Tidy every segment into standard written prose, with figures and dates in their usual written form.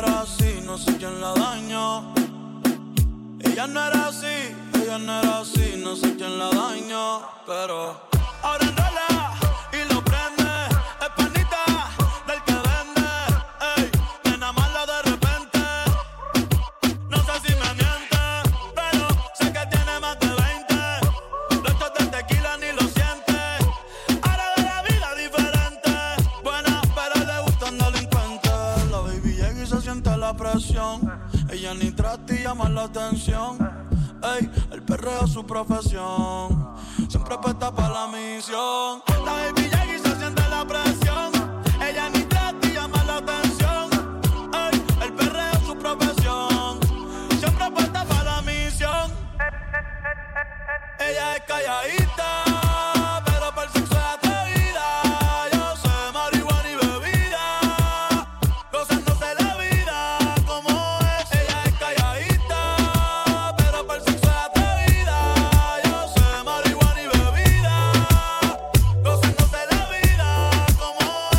era así, no sé quién la dañó. Ella no era así, no sé quién la dañó. Pero ahora enrola y lo prende. Es panita del que vende. Ey, nena mala de repente. No sé si me miente, pero sé que tiene más de 20. Los shots de tequila ni lo siente. Ahora ve la vida diferente. Buena, pero le gustan delincuentes. La baby llega y se siente la presión. Ella ni trata y llama la atención. Ey, el perreo es su profesión. Siempre apuesta para la misión. La baby llega y se siente la presión. Ella ni trata y llama la atención. Ey, el perreo es su profesión. Siempre apuesta para la misión. Ella es calladita, pero para el sexo es atrevida. Yo sé marihuana y bebida, gozándose la vida como es. Ella es calladita, pero para el sexo es atrevida. Yo sé marihuana y bebida, gozándose la vida como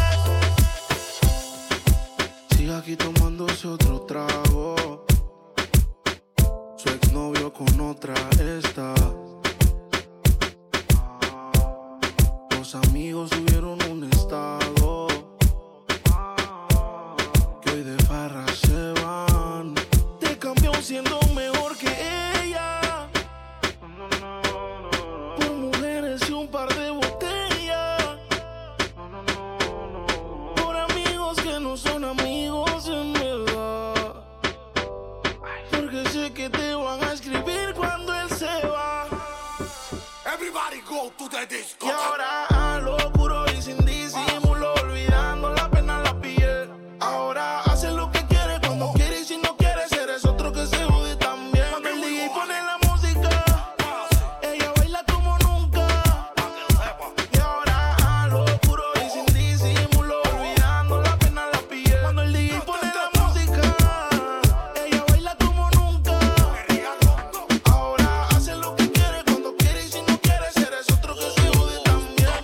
es. Sigue aquí tomándose otro trago. Su exnovio con otra está. Los amigos subieron un estado que hoy de farra se van. Te cambió siendo mejor que ella por mujeres y un par de botellas, por amigos que no son amigos en verdad, porque sé que te van a escribir cuando él se va. Everybody go to the disco. Y ahora a lo puro y sin disimulo, olvidando la pena en la piel. Ahora hace lo que quiere cuando quiere y si no quiere, eres otro que se jode también. Cuando el DJ pone la música, ella baila como nunca. Y ahora a lo puro y sin disimulo, olvidando la pena en la piel. Cuando el DJ pone la música, ella baila como nunca. Ahora hace lo que quiere cuando quiere y si no quiere, eres otro que se jode también.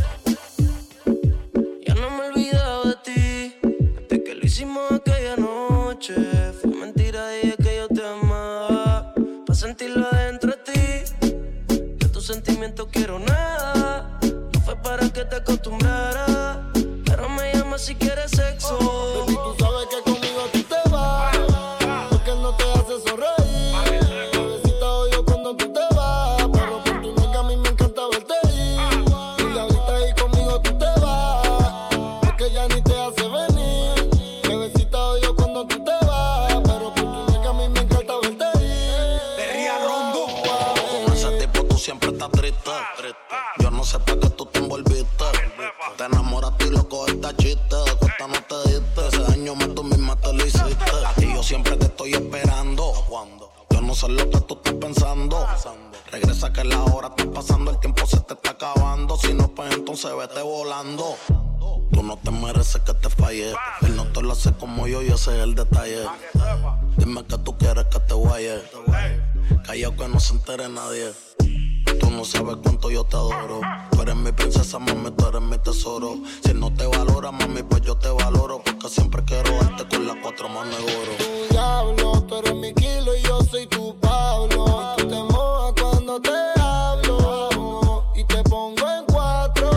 Ya no me he olvidado de ti, desde que lo hicimos aquella noche. Fue mentira, dije que yo te amaba, pa' sentirlo adentro de ti. De tus sentimientos quiero nada, no fue para que te acostumbraras, pero me llamas si quieres sexo. Baby, tú sabes que conmigo tú te vas, porque él no te hace sonreír. Bebecita odio cuando tú te vas, pero por tu nalga a mí me encanta verte ir. Y ahorita ahí conmigo tú te vas, porque ya ni te hace venir. Bebecita odio cuando tú te vas, pero por tu nalga a mí me encanta verte ir. Perría Rondo. Con ese tipo tú siempre estás triste. Yo no sé para qué tú te envolviste. Te enamoraste y loco esta chiste. De cuenta no te diste. Ese daño más tú misma te lo hiciste. Y yo siempre te estoy esperando. Yo no sé lo que tú estás pensando. Regresa que la hora está pasando, el tiempo se te está acabando. Si no, pues entonces vete volando. Tú no te mereces que te falle. Él no te lo hace como yo y ese es el detalle. Dime que tú quieres que te guaye. Callao que no se entere nadie. Tú no sabes cuánto yo te adoro. Tú eres mi princesa, mami, tú eres mi tesoro. Si no te valora, mami, pues yo te valoro. Porque siempre quiero darte con las 4 manos de oro. Tu diablo, tú eres mi kilo y yo soy tu Pablo. Y tú te mojas cuando te hablo y te pongo en 4.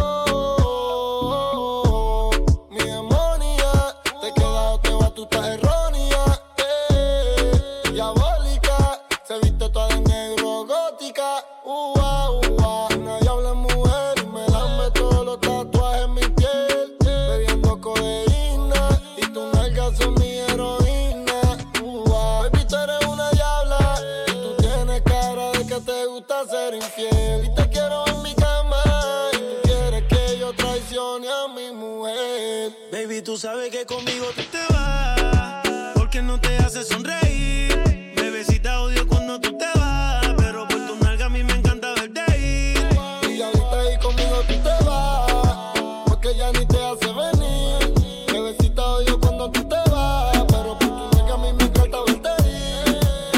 Mi demonia, te queda o te va, tú estás errónea. Diabólica, se viste toda de negro, gótica. Nadie habla mujer y me lame todos los tatuajes en mi piel. Bebiendo codeína y tus nalgas son mi heroína. Baby, tú eres una diabla y tú tienes cara de que te gusta ser infiel. Y te quiero en mi cama y tú quieres que yo traicione a mi mujer. Baby, tú sabes que conmigo tú te vas, porque no te hace sonreír. Bebecita odio cuando tú te vas, pero por tu nalga a mí me encanta verte ir. Y ahorita ahí conmigo tú te vas, porque ya ni te hace venir. Bebecita odio cuando tú te vas, pero por tu nalga a mí me encanta verte ir.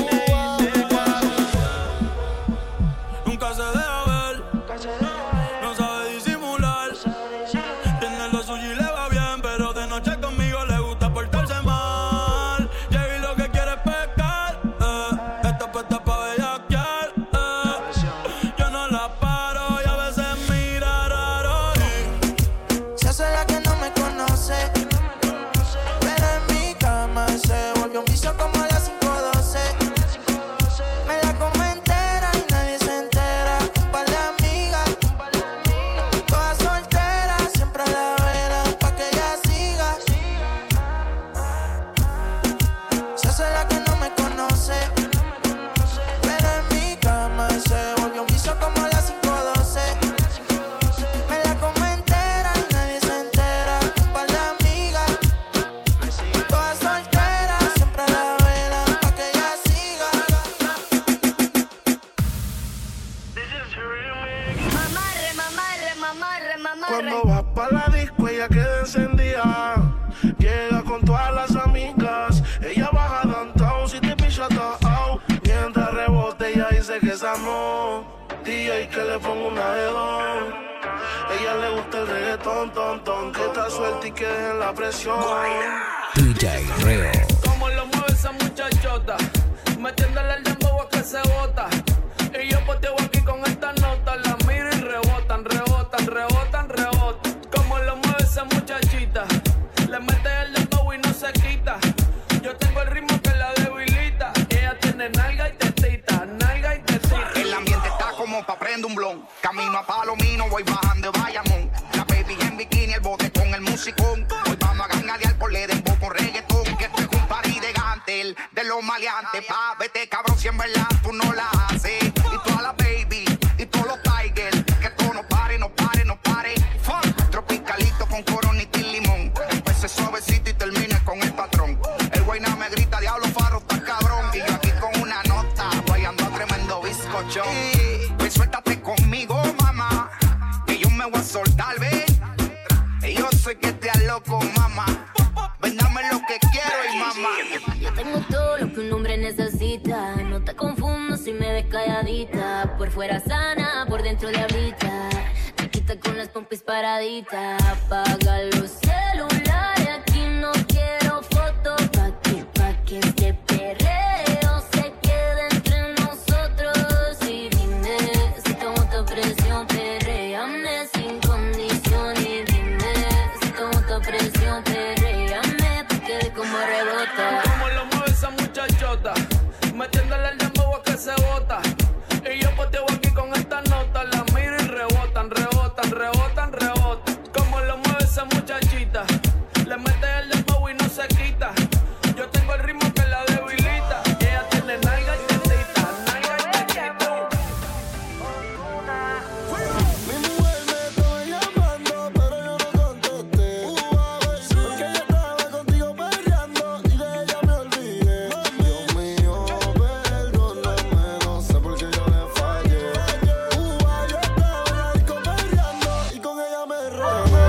Nunca se deja ver, no sabe disimular. Tiene lo suyo y le va bien, pero de noche conmigo le gusta sé la que no me conoce. Pero en mi cama se volvió un vicio como las 5:12. Me la como entera y nadie se entera. Un par de amigas, todas solteras, siempre la velan pa' que ella siga. Mamarre, mamarre, mamarre, mamarre. Cuando vas pa' la disco ella queda encendida. Llega con todas las amigas. Ella baja downtown si te picha atao. Mientras rebote ella dice que esa no. DJ que le ponga una de dos. Ella le gusta el reggaetón, ton, ton. Que está suelta y que dejen la presión. DJ Reo. Como lo mueve esa muchachota, metiéndole el dembow a que se bota. Y yo poteo aquí con esta nota. La miro y rebotan, rebotan, rebotan, rebotan. Como lo mueve esa muchachita, le mete el dembow y no se quita. Yo tengo el ritmo que la debilita. Ella tiene nalga y tetita, nalga y tetita. El ambiente está como pa' prender un blon. Camino a Palomino, voy bajando de Bayamón. La baby en bikini, el bote con el musicón. Hoy vamos a gangalear por el dembow con reggaetón. Que esto es un party de gantel, de los maleantes. Pa' vete cabrón, si en verdad tú no la haces. Y toda la baby, y todos los tigers. Que todo no pare, no pare, no pare. Fuck. Tropicalito con coronita y limón. Empecé suavecito y terminé con el patrón. El guayna me grita, diablo farro, está cabrón. Y yo aquí con una nota, guayando a tremendo bizcochón. Pues suéltate conmigo, mamá, que yo me voy a soltar, ven. Y yo sé que te loco, mamá. Ven, dame lo que quiero y mamá. Yo tengo todo lo que un hombre necesita. No te confundo si me ves calladita. Por fuera sana, por dentro diablita. Te quita con las pompis paraditas. Apaga los celulares, aquí no quiero fotos. Pa' que este perreo se quede entre nosotros. Y dime si tomo esta presión, perréame sin condición. Y dime si tomo esta presión, perréame porque como rebota. Como lo mueve esa muchachota, metiéndole el dembow a que se bota. Y yo poteo aquí con esta nota. La miro y rebotan, rebotan, rebotan, rebotan. Como lo mueve esa muchachita, le mete el dembow y no se quita. Yo tengo el ritmo que la debilita. Ella tiene nalga y tetita, nalga y tetita. Mi mujer me estaba llamando, pero yo no contesté. Porque yo estaba contigo perreando y de ella me olvidé. Dios mío, perdóname, no sé por qué yo le fallé. Yo estaba en la disco perreando y con ella me regué.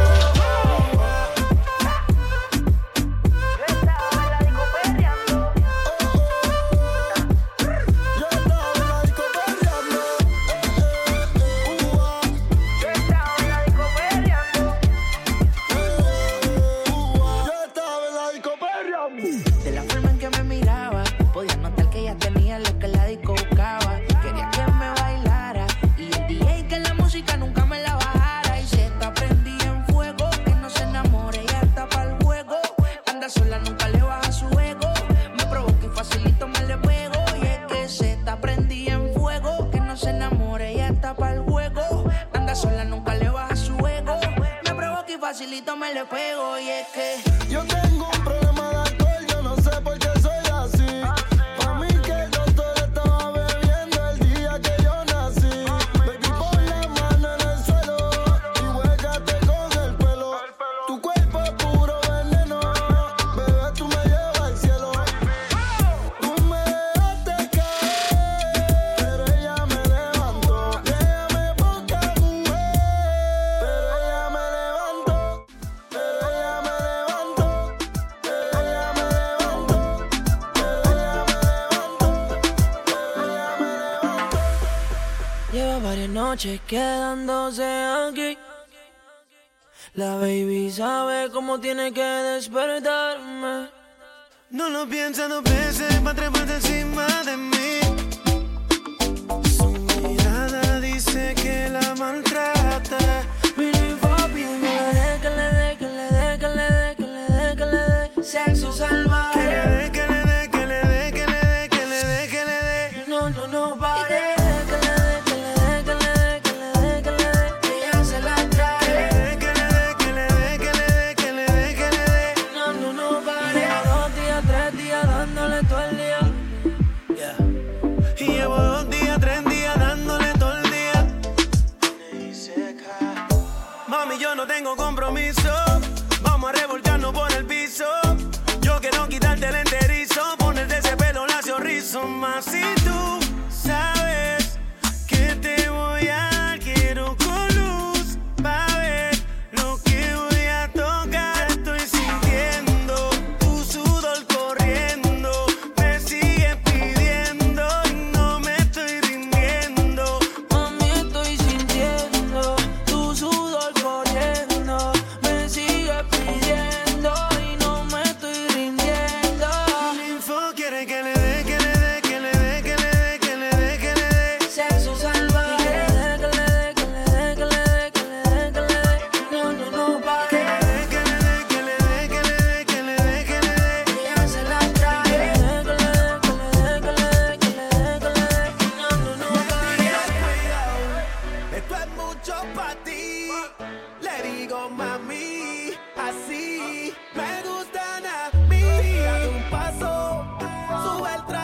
De la forma en que me miraba, podía notar que ella tenía lo que la disco buscaba. Quería que me bailara y el DJ que la música nunca me la bajara. Y se está prendida en fuego, que no se enamore, ella está pa'l juego. Anda sola, nunca le baja su ego. Me provoca y facilito me le pego. Y es que se está prendida en fuego, que no se enamore, ella está pa'l juego. Anda sola, nunca le baja su ego. Me provoca y facilito me le pego. Y es que Yo tengo un problema de alcohol, yo no sé por qué soy así. Pa' mí que el doctor estaba bebiendo el día que yo nací. Baby, pon la mano en el suelo y huécate con el pelo. Tu cuerpo es puro veneno, bebé, tú me llevas al cielo. Tú me dejaste caer, pero ella me levantó. Déjame poca mujer, pero ella me levantó. Pero ella me levantó. Pero ella me levantó. Pero ella me levantó. Pero ella me levantó. Lleva varias noches quedándose aquí. La baby sabe cómo tiene que despertarme. No lo piensa dos veces pa' treparse encima de mí. Su mirada dice que la maltrata. Billy Bobby, que le dé, que le dé, que le dé, que le dé, que le dé, que le dé. Sexo salvaje. Que le dé, que le dé, que le dé, que le dé, que le dé, que le dé. No, no, no pare. Que le dé, que le dé, que le dé, que le dé, que le dé. Ella se la trae. Que le dé, que le dé, que le dé, que le dé, que le dé, que le dé. No, no, no pare. 2 días, 3 días dándole todo tengo compromiso. Vamos a revolcarnos por el piso. Yo quiero quitarte el enterizo, ponerte ese pelo lacio rizo. Más si tú sabes que te voy a dar, quiero con luz pa' ver lo que voy a tocar. Estoy sintiendo tu sudor corriendo, me sigues pidiendo y no me estoy rindiendo. Mami, estoy sintiendo tu sudor corriendo, me sigue pidiendo y no me estoy rindiendo. El info quiere que le dé, que le dé, que le dé, que le dé, que le dé, que le dé. Sexo salvaje. Que le dé, que le dé, que le dé, que le dé, que le dé, que le dé. No, no, no, pa' Que le dé, que le dé, que le dé, que le dé, que le dé, que le dé. ella se la trae. Que le dé, que le dé, que le dé, que le dé, que le dé, que le dé. No, no, no, Esto es mucho pa' ti. Le digo mami, así me gustan a mí. Date un paso, sube el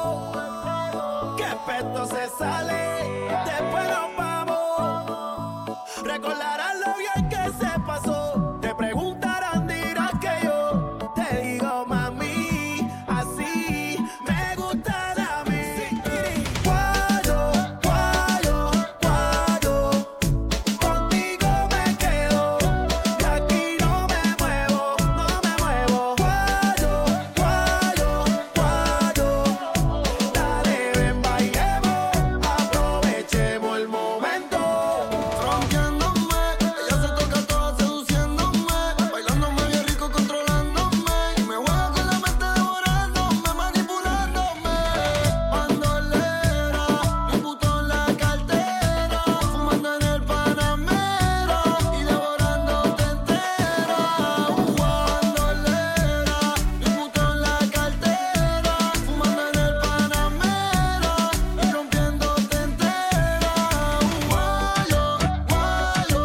trago. Que pesto se sale, después nos vamos. Recordarás lo bien que se pasó. Te preguntarán, dirás que yo te digo mami, así me gustan a mí. Guayo, guayo, guayo, contigo me quedo, de aquí no me muevo, no me muevo. Guayo, guayo, guayo, dale ven bailemos, aprovechemos el momento. Ronqueándome, ella se toca toda seduciéndome, bailándome bien rico, controlándome, y me juega con la mente devorándome, manipulándome. Bandolera, mi puto en la cartera, fumando en el Panamera y devorándote entera. Bandolera, mi puto en la cartera, fumando en el Panamera y rompiéndote entera. Guayo, guayo,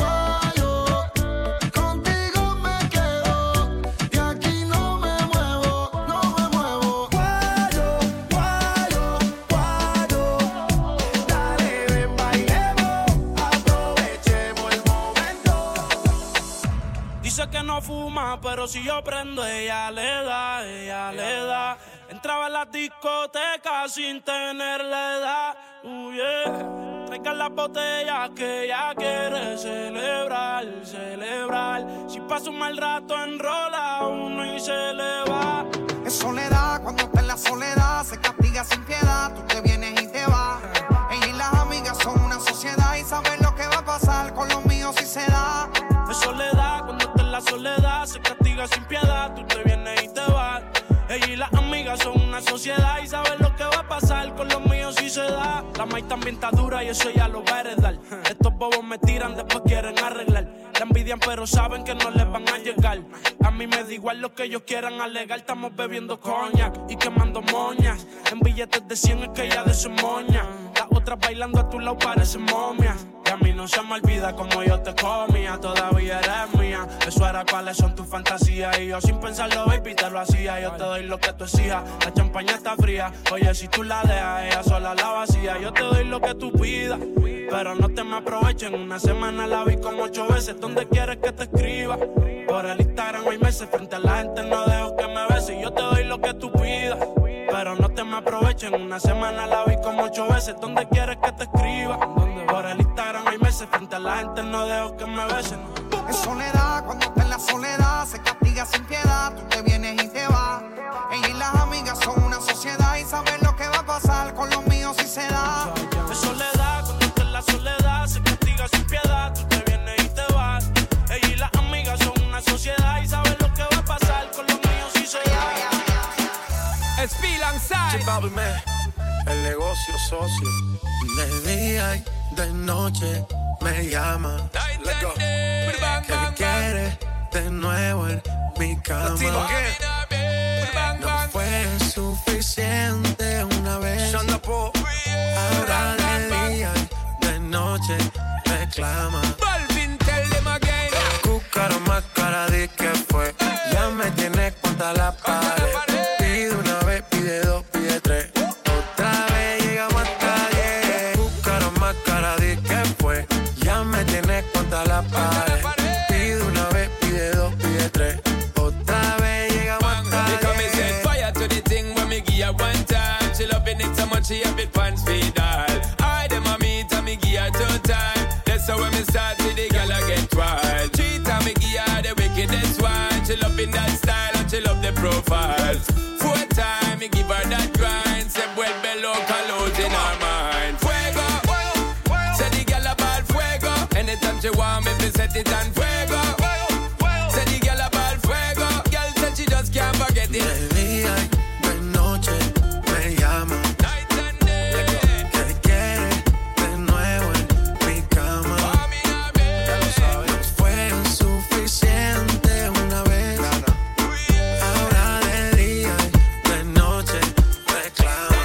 guayo, contigo me quedo, de aquí no me muevo, no me muevo. Guayo, guayo, guayo, dale ven bailemos, aprovechemos el momento. Dice que no fuma, pero si yo prendo, ella le da, ella le da. Entraba en la discoteca sin tener la edad, yeah. Traigan las botellas que ella quiere celebrar, celebrar. Si pasa un mal rato, enrola uno y se le va. Es soledad, cuando está en la soledad, se castiga sin piedad, tú te vienes y te vas. Ella y las amigas son una sociedad y saben lo que va a pasar con los míos si se da. Es soledad, cuando está en la soledad, se castiga sin piedad, tú te vienes y te vas. Ella y las amigas son una sociedad y saben lo que va a pasar con los míos si se da. La maíz también está dura y eso ya lo va a heredar. Estos bobos me tiran, después quieren arreglar. La envidian pero saben que no les van a llegar. A mí me da igual lo que ellos quieran alegar. Estamos bebiendo coña y quemando moñas. En billetes de 100 es que ella de su moña. Las otras bailando a tu lado parecen momias. Y a mí no se me olvida como yo te comía. Todavía eres mía. Eso era cuáles son tus fantasías. Y yo sin pensarlo, baby, te lo hacía. Yo te doy lo que tú exijas. La champaña está fría. Oye, si tú la dejas, ella sola la vacía. Yo te doy lo que tú pidas, pero no te me aprovechen. Una semana la vi como 8 veces. ¿Dónde quieres que te escriba? Por el Instagram hay meses. Frente a la gente no dejo que me beses. Yo te doy lo que tú pidas, pero no te me aprovechen. Una semana la vi como 8 veces. ¿Dónde quieres que te escriba? Por el Instagram hay meses. Frente a la gente no dejo que me besen. Es soledad, cuando está en la soledad, se castiga sin piedad, tú te vienes y te vas. Ella y las amigas son una sociedad y saben lo que va a pasar con los míos si se da. Es soledad, cuando está en la soledad, se castiga sin piedad, tú te vienes y te vas. Ella y las amigas son una sociedad y saben lo que va a pasar con los míos si se da. Es Alongside el negocio socio. De día y de noche me llama. Let's go. Que quiere de nuevo en mi cama. No fue suficiente una vez. Ahora de día y de noche reclama. Cúcaro más cara de que fue. Ya me tienes contra la pared. Pide una vez, pide dos, pide tres. Otra vez llegamos hasta 10. Cúcaro más cara de que fue. Ya me tienes contra la pared. she loving that style and she love the profiles. 4 times, me give her that grind. Se vuelve loca, lose in her mind. Fuego, say the girl about fuego. Anytime she want me, me set it on fuego. Say the girl about fuego. Girl said she just can't forget it. De día y de noche me llama. Night and day. Que quiere de nuevo en mi cama. Ya lo sabes. No fue suficiente una vez. Ahora de día y de noche reclama.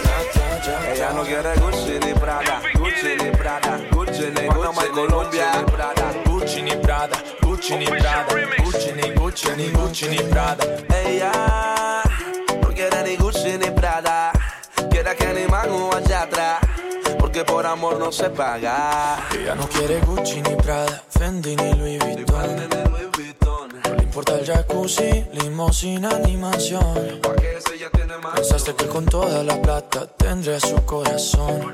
Ella no quiere Gucci ni Prada, Gucci ni Prada, Gucci ni Panamá y Colombia. Gucci ni Prada, Gucci ni Prada, Gucci ni Gucci ni Gucci ni Prada. Ella no quiere ni Gucci ni Prada, quiere que ni Manu vaya atrás, porque por amor no se paga. Ella no quiere Gucci ni Prada, Fendi ni Louis Vuitton. No le importa el jacuzzi, limosina ni mansión. Pensaste que con toda la plata tendría su corazón,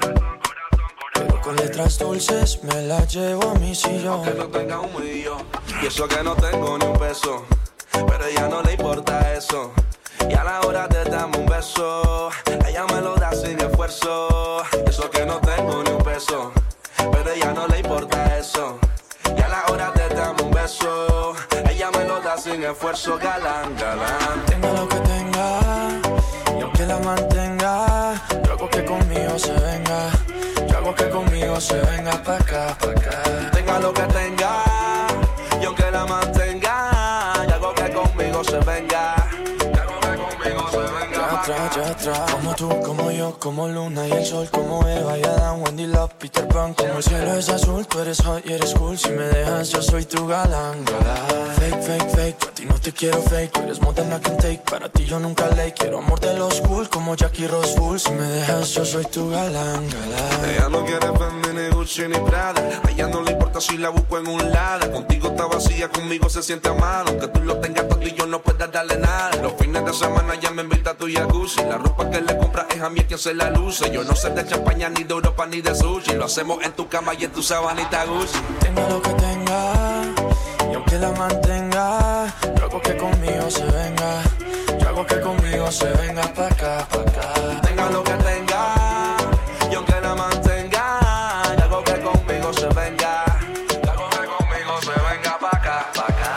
pero con letras dulces me la llevo a mi sillón. Que no tenga un millón, y eso que no tengo ni un peso, pero a ella no le importa eso. Y a la hora de darme un beso, ella me lo da sin esfuerzo. Y eso que no tengo ni un peso, pero a ella no le importa eso. Y a la hora de darme un beso, ella me lo da sin esfuerzo. Galán, galán. Tenga lo que tenga, y aunque la mantenga, yo hago que conmigo se venga. Yo hago que conmigo se venga pa' acá, pa' acá. Tenga lo que tenga, y aunque la mantenga, yo hago que conmigo se venga. Yo hago que conmigo se venga pa' acá. Ya atrás, como tú, como yo, como Luna y el sol, como Eva y Adán, Wendy Love, Peter Pan. Como el cielo es azul, tú eres hot y eres cool. Si me dejas, yo soy tu galán, galán. Fake, fake, fake, yo a ti no te quiero fake. Tú eres more than I can take, para ti yo nunca late. Quiero amor de los cool, como Jackie Rose Full. Si me dejas, yo soy tu galán, galán. Ella no quiere Fendi ni Gucci ni Prada, a ella no le importa si la busco en un lado. Contigo está vacía, conmigo se siente a mano. Aunque tú lo tengas todo y yo no pueda darle nada. Los fines de semana ella me invita a tu jacuzzi. La ropa que le compra es a mí quien se la luce. Yo no sé de champaña, ni de Europa, ni de sushi. Lo hacemos en tu cama y en tu sabanita Gucci. Tenga lo que tenga, y aunque la mantenga, yo hago que conmigo se venga. Yo hago que conmigo se venga pa' acá, pa' acá. Tenga lo que tenga, y aunque la mantenga, yo hago que conmigo se venga. Yo hago que conmigo se venga pa' acá, pa' acá.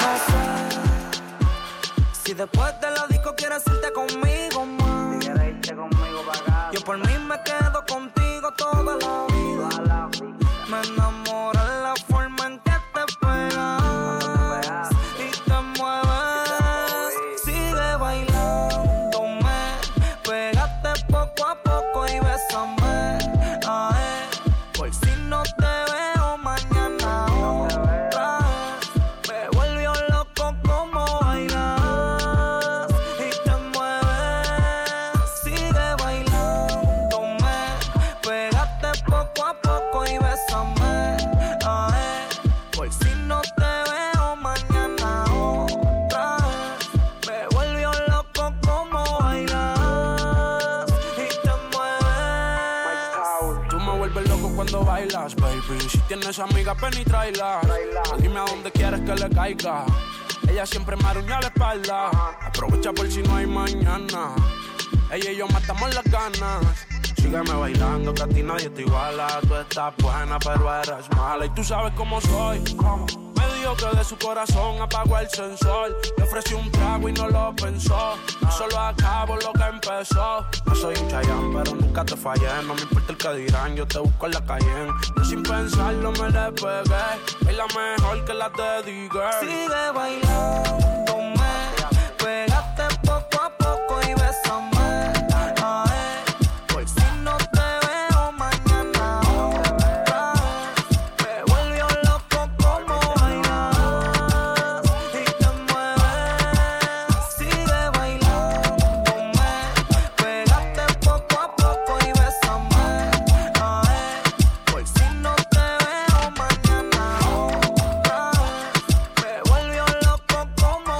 Si después de la disco quieres irte conmigo, man, yo por mí me quedo contigo toda la vida. Me enamora la forma en que te pegas y te mueves. Sigue bailándome, pégate poco a poco y bésame. Por si no te veo mañana otra vez. Me volvió loco como bailas y te mueves. Sigue bailándome, pégate poco a poco y bésame. Por si no te veo mañana otra vez. Me volvió loco como bailas y te mueves. Tú me vuelves loco cuando bailas, baby. Si tienes amiga, ven y tráela. Dime a dónde quieres que le caiga. Ella siempre me arruña la espalda. Aprovecha por si no hay mañana. Ella y yo matamos las ganas. Sígueme bailando, que a ti nadie te iguala. Tú estás buena, pero eres mala. Y tú sabes cómo soy. Me dijo que de su corazón apagó el sensor. Le ofrecí un trago y no lo pensó. Yo solo acabo lo que empezó. No soy un Chayanne, pero nunca te fallé. No me importa el que dirán, yo te busco en la calle. Yo sin pensarlo me le pegué. Es la mejor que la dediqué. Sigue bailándome, pégate poco a poco y bésame. Por si no te veo mañana otra vez. Me volvió loco como bailas y te mueves. Sigue bailándome, pégate poco a poco y bésame. Por si no te veo mañana otra vez. Me volvió loco como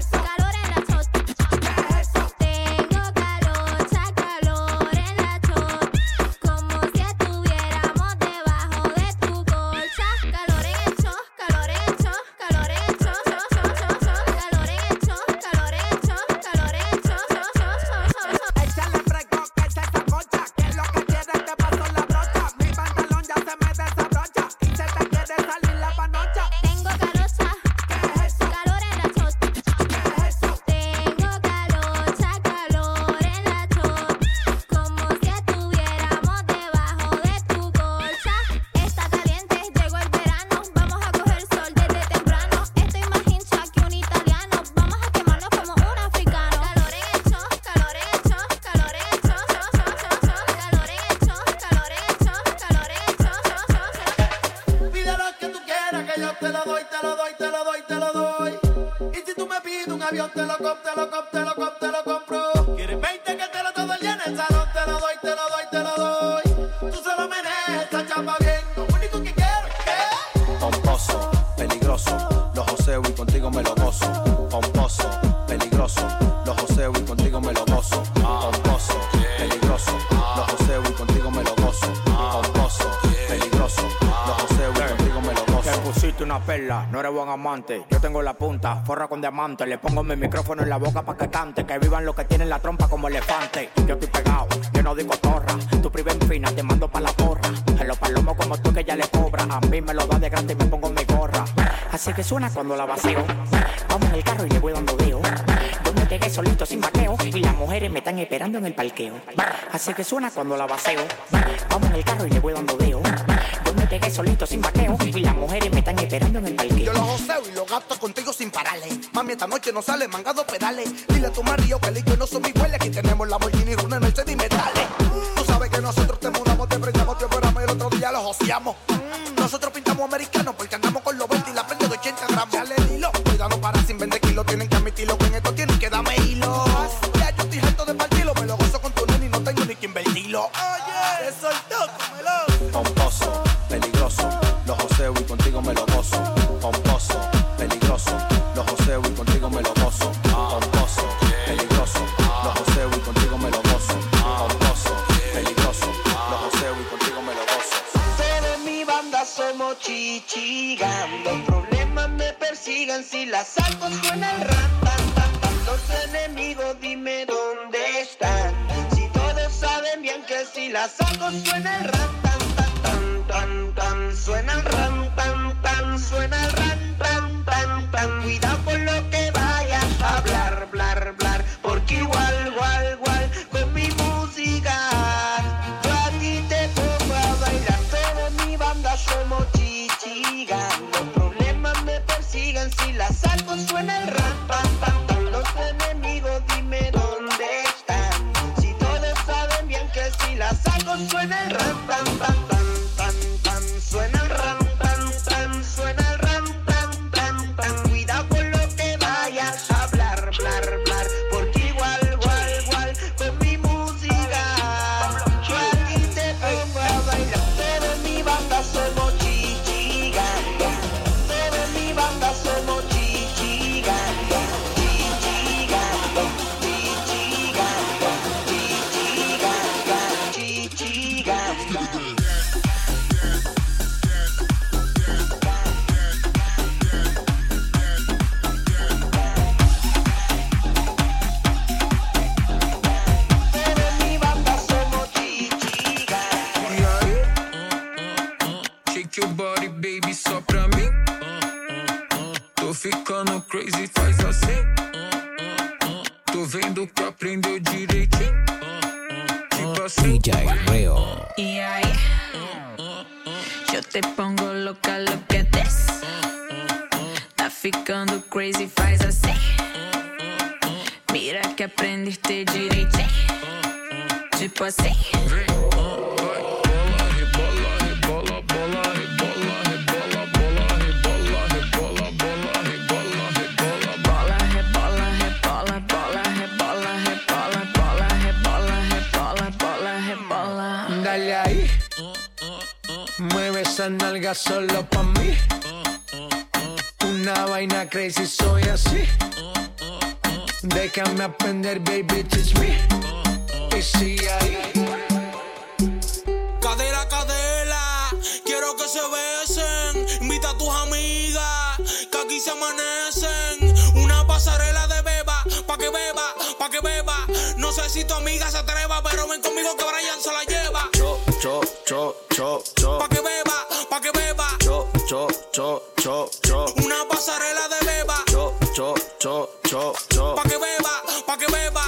me pides un avión, te lo compro. Quieres 20 que te lo todo el día en el salón, te lo doy. Tú se lo meneas, esta chapa bien. Lo único que quiero es que pomposo, peligroso, los joseo y contigo me lo gozo. Pomposo, peligroso, los joseo y contigo me lo gozo. Pomposo, peligroso, los joseo y contigo me lo gozo. Pomposo, peligroso, los joseo y contigo me lo gozo. Te pusiste una perla, no eres buen amante. Yo tengo la punta, forra con diamante. Le pongo mi micrófono en la boca pa' que cante. Que vivan los que tienen la trompa como elefante. Yo estoy pegado, yo no digo torra. Tu priva en fina, te mando pa' la porra. A los palomos como tú que ya le cobra. A mí me lo da de grande y me pongo mi gorra. Así que suena cuando la vacío. Vamos en el carro y le voy dando deo. Yo me pegué solito sin vaqueo. Y las mujeres me están esperando en el parqueo. Así que suena cuando la vacío. Vamos en el carro y le voy dando deo. Yo me pegué solito sin vaqueo. Y las mujeres me están esperando en el parqueo. Yo los joseo y los gasto contigo sin pararle. Mami, esta noche no sale mangado pedales. Dile a tu marido que el no son iguales. Aquí tenemos la Lamborghini, Runa, Mercedes y metales. Tú sabes que nosotros te mudamos, te prendamos, te operamos y el otro día los joseamos. Nosotros pintamos americanos porque andamos con los 20 y la prenda de 80 gramos. Dale el hilo, cuidado para sin vender kilos. Tienen que admitirlo que en esto tienen que darme hilo. Ya yo estoy harto de partirlo, me lo gozo con tu nene y no tengo ni que invertirlo. Oye, te soltó como el oso. Pomposo, peligroso, los joseo y contigo me lo gozo. Pomposo, peligroso, los joseo y contigo me lo gozo. Pomposo, peligroso, los joseo y contigo me lo gozo. Pomposo, peligroso, los joseo y contigo me lo gozo. Toda mi banda somos chichigan. Los problemas me persigan. Si la saco suena el ran, tan, tan, tan. Los enemigos dime dónde están. Si todos saben bien que si la saco suena el ran, tan, tan, tan, tan, tan. Suena el ran, tan, tan. Suena el ran, tan, tan, tan. Cuidado con lo que vayas a hablar, blar, blar. Porque igual, con mi música yo a ti te pongo a bailar. Toda mi banda somos chichigan. Los problemas me persigan. Si la saco suena el ran, pam, pam, pam. Los enemigos dime dónde están. Si todos saben bien que si la saco suena el ran, pam, pam, pam, pam, pam. Suena el ran, pam, pam. Suena el ran, pam, pam, pam. Cuidado con lo que vayas a hablar, blar, blar. Porque igual, con mi música yo a ti te pongo a bailar. Toda mi banda somos chichigan. Toda mi banda somos chichigan. Shake your body, baby, só pra mim. Tô ficando crazy, faz assim. Tô vendo que aprendeu direitinho. Tipo assim. DJ Reo. Y ahí, yo te pongo loca, look at this. Tá ficando crazy, faz assim. Mira que aprendiste direitinho. Tipo assim. Dale ahí, mueve esa nalga solo pa' mí. Una vaina crazy, soy así. Déjame aprender, baby, teach me. Y sigue ahí. Cadera, cadera, quiero que se besen. Invita a tus amigas, que aquí se amanecen. Una pasarela de beba, pa' que beba, pa' que beba. No sé si tu amiga se atreva, pero ven conmigo que Brian se la lleva. Pa' que beba, pa' que beba. Una pasarela de beba. Pa' que beba, pa' que beba.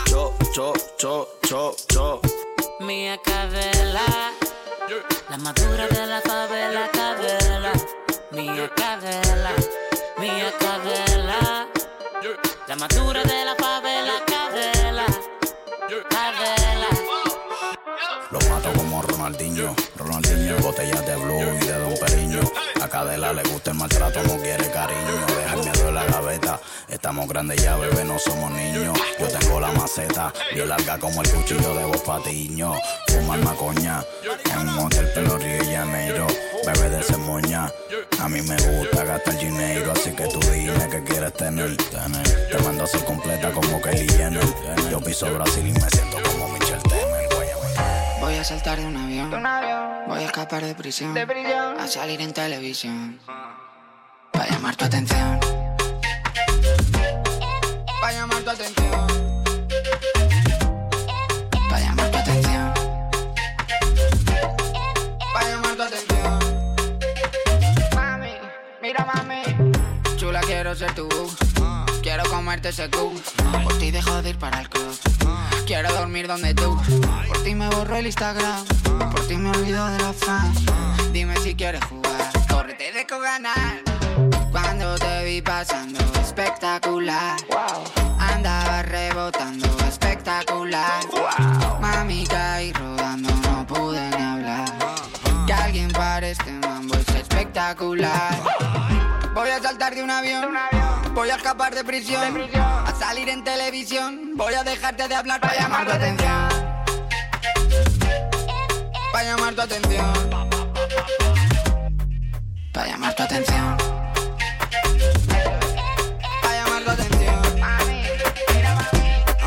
Mía cadela, la madura de la favela, cadela. Mía cadela, la madura de la favela, cadela, cadela. Lo mato como Ronaldinho, botellas de Blue y de Don Periño. cadela, le gusta el maltrato, no quiere cariño. Deja el miedo en la gaveta. Estamos grandes ya, bebé, no somos niños. Yo tengo la maceta, bien larga como el cuchillo de Vos Patiño. Fumar macoña, en un hotel pelo Río de Janeiro. Bebé de cemoña, a mí me gusta gastar dinero. Así que tú dime que quieres tener. Te mando a ser completa como Kylie Jenner. Yo piso Brasil y me siento como Michelle Temer. Voy a saltar de un avión. Voy a escapar de prisión. A salir en televisión. Pa' llamar tu atención. Pa' llamar tu atención. Pa' llamar tu atención. Pa' llamar tu atención. Mami, mira mami. Chula, quiero ser tu boo. Quiero comerte ese cu. Por ti dejo de ir para el club. Quiero dormir donde tú. Por ti me borro el Instagram. Por ti me olvido de los fans. Dime si quieres jugar. Córrete de ganar. Cuando te vi pasando, espectacular. Andaba rebotando, espectacular. Mami, caí rodando, no pude ni hablar. Que alguien pare este mambo, es espectacular. Voy a saltar de un avión. Voy a escapar de prisión. A salir en televisión. Voy a dejarte de hablar para llamar tu atención. Para llamar tu atención. Para llamar tu atención. Para llamar tu atención. Mami, mira mami.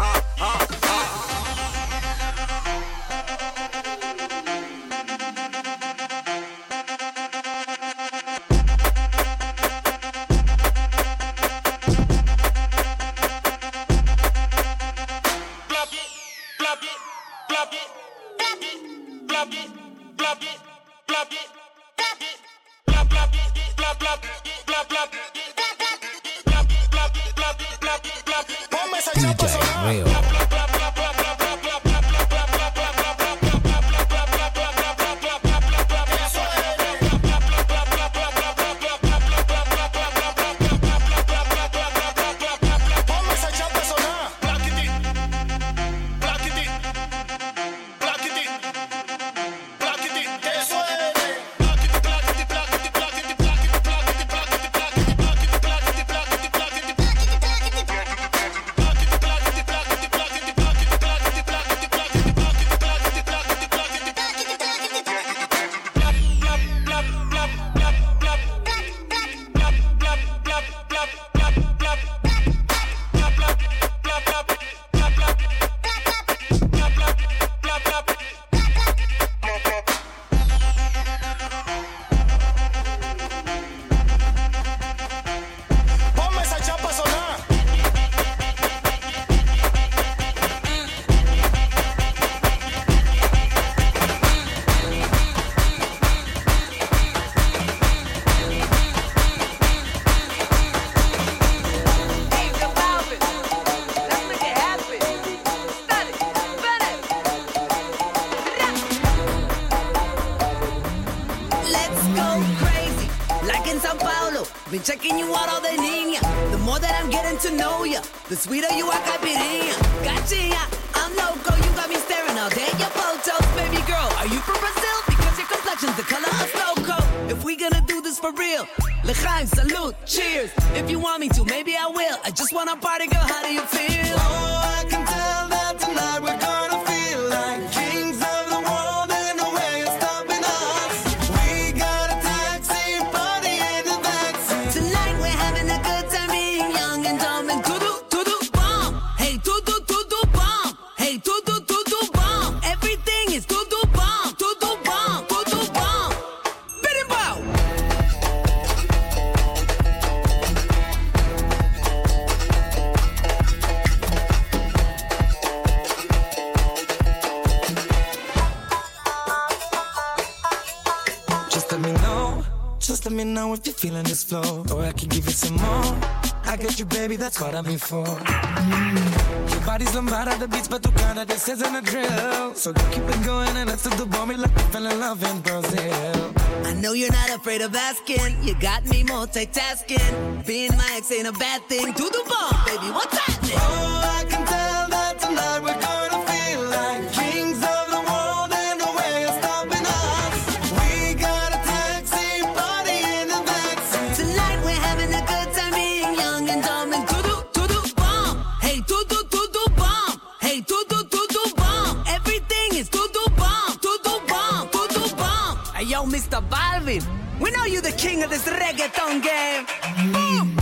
Been checking you out all day, niña. The more that I'm getting to know ya, the sweeter you are, caipirinha. Gotcha, I'm loco, you got me staring all day. Your photos, baby girl, are you from Brazil? Because your complexion's the color of snow coat. If we gonna do this for real, l'chaim, salute, cheers. If you want me to, maybe I will. I just wanna party, girl, how do you feel? Oh, I can tell that tonight we're gonna feel like kings of the world and no way of stopping us. We got a taxi party in the backseat. Tonight we're having a good time being young and dumb and to-do bomb. Hey, to-do bomb. Hey, to-do bomb. Everything is to-do bomb. To-do bomb. To-do bomb. Biddy bow. Just let me know if you're feeling this flow, or I can give you some more. I got you, baby, that's what I'm here for. Your body's lambada, the beats, but tu cara, this isn't a drill. So keep it going and let's do the bomb like we fell in love in Brazil. I know you're not afraid of asking. You got me multitasking. Being my ex ain't a bad thing. To the bomb, baby, what's happening? Oh, I can tell that tonight we're gonna feel like kings of the world and no way of stopping us. We got a taxi party in the Marvin, we know you the king of this reggaeton game. Boom.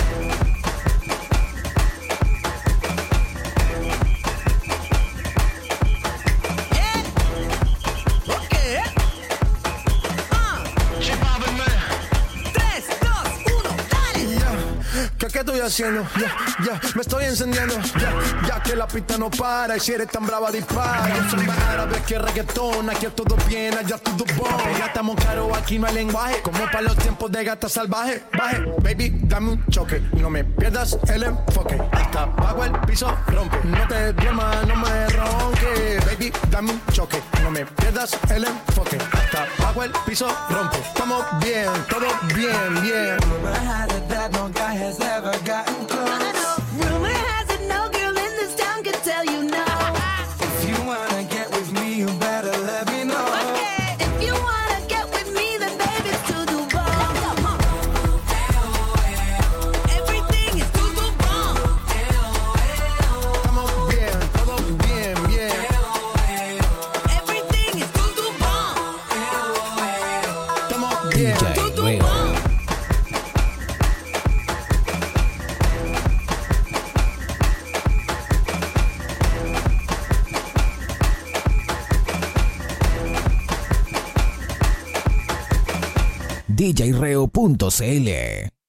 ¿Qué estoy haciendo? Ya, me estoy encendiendo. Ya que la pista no para y si eres tan brava dispara. Yo soy más árabe que reggaetón, aquí es todo bien, allá todo bon. Ya estamos claros, aquí no hay lenguaje, como para los tiempos de gata salvaje. Baje, baby, dame un choque, no me pierdas el enfoque. Hasta abajo el piso rompe, no te duermas, no me ronque. Baby, dame un choque, no me pierdas el enfoque. Hasta abajo el piso rompe, estamos bien, todo bien, bien. Has ever gotten close. Rumor has it no girl in this town can tell you no. If you wanna get with me, you better let me know. Okay, if you wanna get with me, then baby it's to the bone. Everything is to the bone. Estamos bien, todo bien, bien. Everything is to the bone. Estamos bien. DJ Reo. DJReo.cl